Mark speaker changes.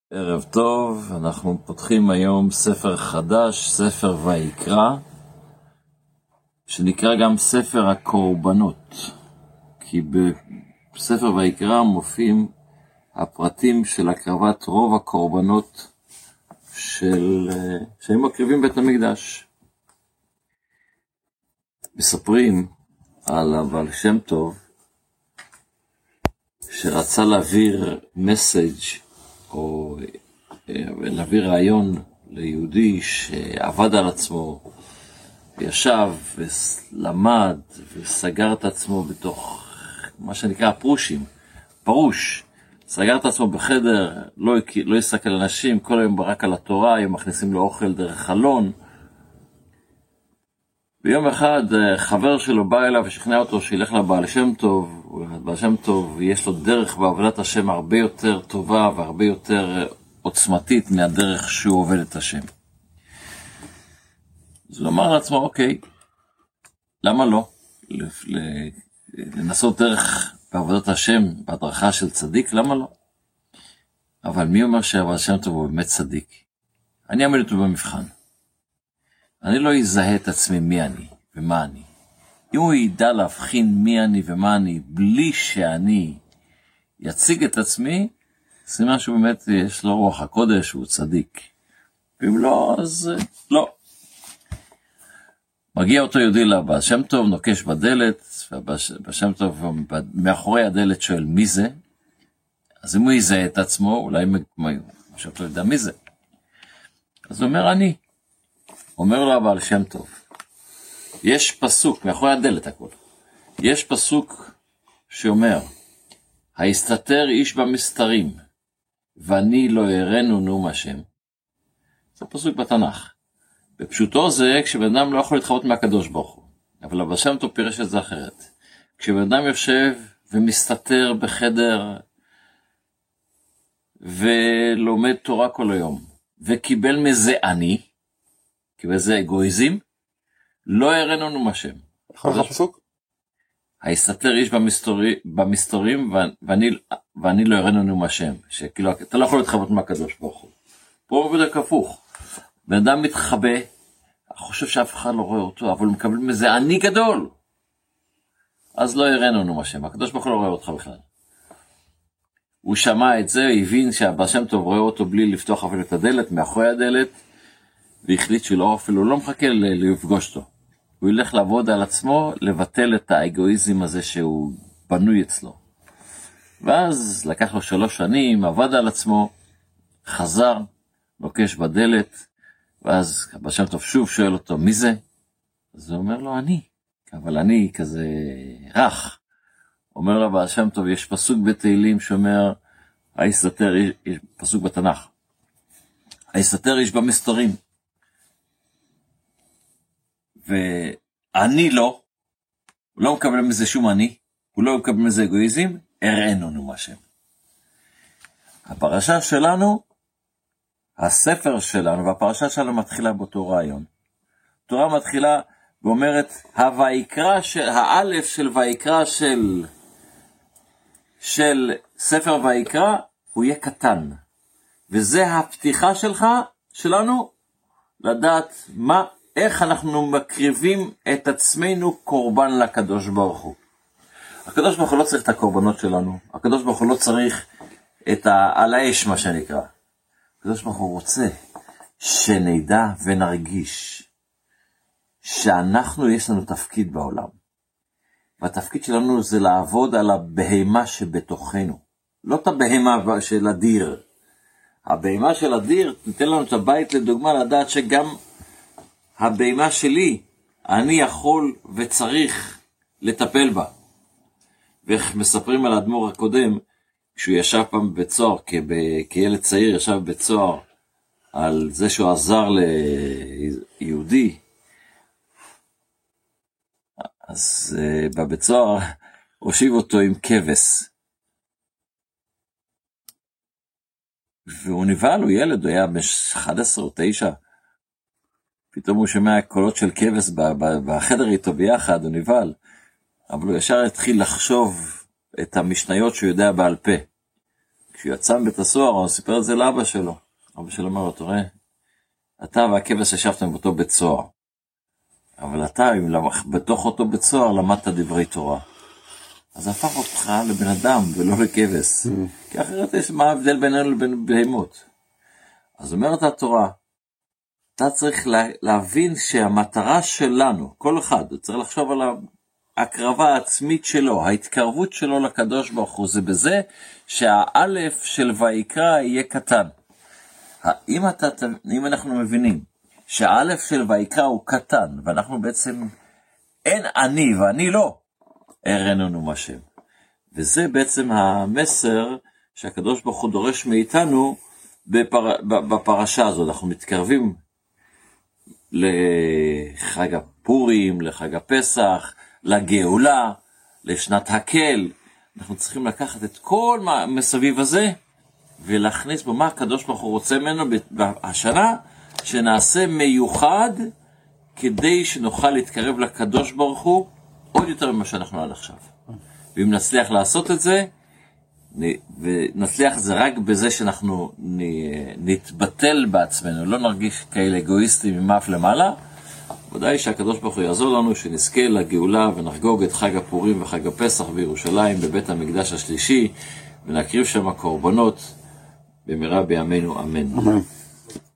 Speaker 1: ערב טוב, אנחנו פותחים היום ספר חדש, ספר ויקרא, שנקרא גם ספר הקורבנות, כי בספר ויקרא מופיעים הפרטים של הקרבת רוב הקורבנות שהם מקריבים בית המקדש. מספרים על הבעל שם טוב שרצה להעביר מסאג' או להביא רעיון ליהודי שעבד על עצמו, ישב ולמד וסגר את עצמו בתוך מה שנקרא פרוש, סגר את עצמו בחדר, לא יסתכל על אנשים, כל היום רק על התורה, הם מכניסים לו אוכל דרך חלון. ביום אחד חבר שלו בא אליו ושכנע אותו שילך לבעל שם טוב. בעל שם טוב יש לו דרך בעבודת השם הרבה יותר טובה והרבה יותר עוצמתית מהדרך שהוא עובד את השם. אז הוא אמר לעצמו, אוקיי, למה לא? לנסות דרך בעבודת השם, בהדרכה של צדיק, למה לא? אבל מי אומר שהבעל שם טוב הוא באמת צדיק? אני אעמד אותו במבחן. אני לא אזהה את עצמי מי אני ומה אני. אם הוא ידע להבחין מי אני ומה אני, בלי שאני יציג את עצמי, סימן שהוא באמת יש לו רוח הקודש, הוא צדיק. ואם לא, אז לא. מגיע אותו יהודי לבעל שם טוב, נוקש בדלת, והבעל שם טוב מאחורי הדלת שואל מי זה? אז אם הוא יזהה את עצמו, אולי משהו לא יודע מי זה. אז הוא אומר אני. אומר לו הבעל שם טוב, יש פסוק, מאחורי הדלת הכל, יש פסוק שאומר, ההסתתר איש במסתרים, ואני לא אראנו נאום השם. זה פסוק בתנ"ך. בפשוטו זה כשבן אדם לא יכול להתחרות מהקדוש ברוך הוא, אבל הבעל שם טוב פירש את זה אחרת. כשבן אדם יושב ומסתתר בחדר, ולומד תורה כל היום, וקיבל מזה אני, כי בזה אגואיזם, לא הראינו נאום השם.
Speaker 2: יכול לך פסוק?
Speaker 1: ההסתתר איש במסתורים, ואני לא הראינו נאום השם. שכאילו, אתה לא יכול להתחבא מהקדוש ברוך הוא. פה הוא בדיוק הפוך. בן אדם מתחבא, חושב שאף אחד לא רואה אותו, אבל הוא מקבל מזה אני גדול. אז לא הראינו נאום השם. הקדוש ברוך הוא לא רואה אותך בכלל. הוא שמע את זה, הבין שהבעל שם טוב רואה אותו בלי לפתוח אפילו את הדלת, מאחורי הדלת, והחליט שהוא אפילו לא מחכה לפגוש אותו. הוא ילך לעבוד על עצמו, לבטל את האגואיזם הזה שהוא בנוי אצלו. ואז לקח לו 3 שנים, עבד על עצמו, חזר, נוקש בדלת, ואז הבעל שם טוב שוב שואל אותו, מי זה? אז הוא אומר לו, אני. אבל אני כזה רך. אומר לו הבעל שם טוב, יש פסוק בתהילים שאומר, ההסתתר, פסוק בתנ"ך, ההסתתר איש במסתרים. ואני לא, הוא לא מקבל מזה שום אני, הוא לא מקבל מזה אגואיזם, הראינו נאום השם. הפרשה שלנו, הספר שלנו, והפרשה שלנו מתחילה באותו רעיון. התורה מתחילה ואומרת, האלף של ויקרא של ספר ויקרא, הוא יהיה קטן. וזה הפתיחה שלנו, לדעת איך אנחנו מקריבים את עצמנו קורבן לקדוש ברוך הוא. הקדוש ברוך הוא לא צריך את הקורבנות שלנו. הקדוש ברוך הוא לא צריך על האש, מה שנקרא. הקדוש ברוך הוא רוצה שנדע ונרגיש שאנחנו יש לנו תפקיד בעולם. והתפקיד שלנו זה לעבוד על הבהמה שבתוכנו. לא את הבהמה של הדיר. הבהמה של הדיר תיתן לנו את הבית לדוגמה לדעת שגם הבהמה שלי, אני יכול וצריך לטפל בה. ואיך מספרים על האדמו"ר הקודם, כשהוא ישב פעם בבית סוהר, כילד צעיר ישב בבית סוהר, על זה שהוא עזר ליהודי, אז בבית סוהר הושיב אותו עם כבש. והוא נבהל, הוא ילד, הוא היה ב-11 או 9, פתאום הוא שומע קולות של כבש בחדר איתו ביחד, הוא נבהל. אבל הוא ישר התחיל לחשוב את המשניות שהוא יודע בעל פה. כשהוא יצא מבית הסוהר, הוא סיפר את זה לאבא שלו. אבא שלו אומר לו, תראה, אתה והכבש ישבתם באותו בית סוהר. אבל אתה, בתוך אותו בית סוהר, למדת דברי תורה. אז הפך אותך לבן אדם ולא לכבש. כי אחרת יש מה ההבדל בינינו לבין בהמות. אז אומרת התורה, אתה צריך להבין שהמטרה שלנו, כל אחד, צריך לחשוב על ההקרבה העצמית שלו, ההתקרבות שלו לקדוש ברוך הוא, זה בזה שהאלף של ויקרא יהיה קטן. אם אנחנו מבינים שהאלף של ויקרא הוא קטן, ואנחנו בעצם, אין אני ואני לא, אראנו מה שם. וזה בעצם המסר שהקדוש ברוך הוא דורש מאיתנו בפרשה הזאת. אנחנו מתקרבים לחג הפורים, לחג הפסח, לגאולה, לשנת הקל. אנחנו צריכים לקחת את כל מסביב הזה, ולהכניס בו מה הקדוש ברוך הוא רוצה ממנו השנה, שנעשה מיוחד, כדי שנוכל להתקרב לקדוש ברוך הוא, עוד יותר ממה שאנחנו עד עכשיו. ואם נצליח לעשות את זה, ונצליח זה רק בזה שאנחנו נתבטל בעצמנו, לא נרגיש כאלה אגואיסטים ממעף למעלה, ודאי שהקדוש ברוך הוא יעזור לנו שנזכה לגאולה ונחגוג את חג הפורים וחג הפסח בירושלים בבית המקדש השלישי, ונקריב שם קורבנות במהרה בימינו אמן.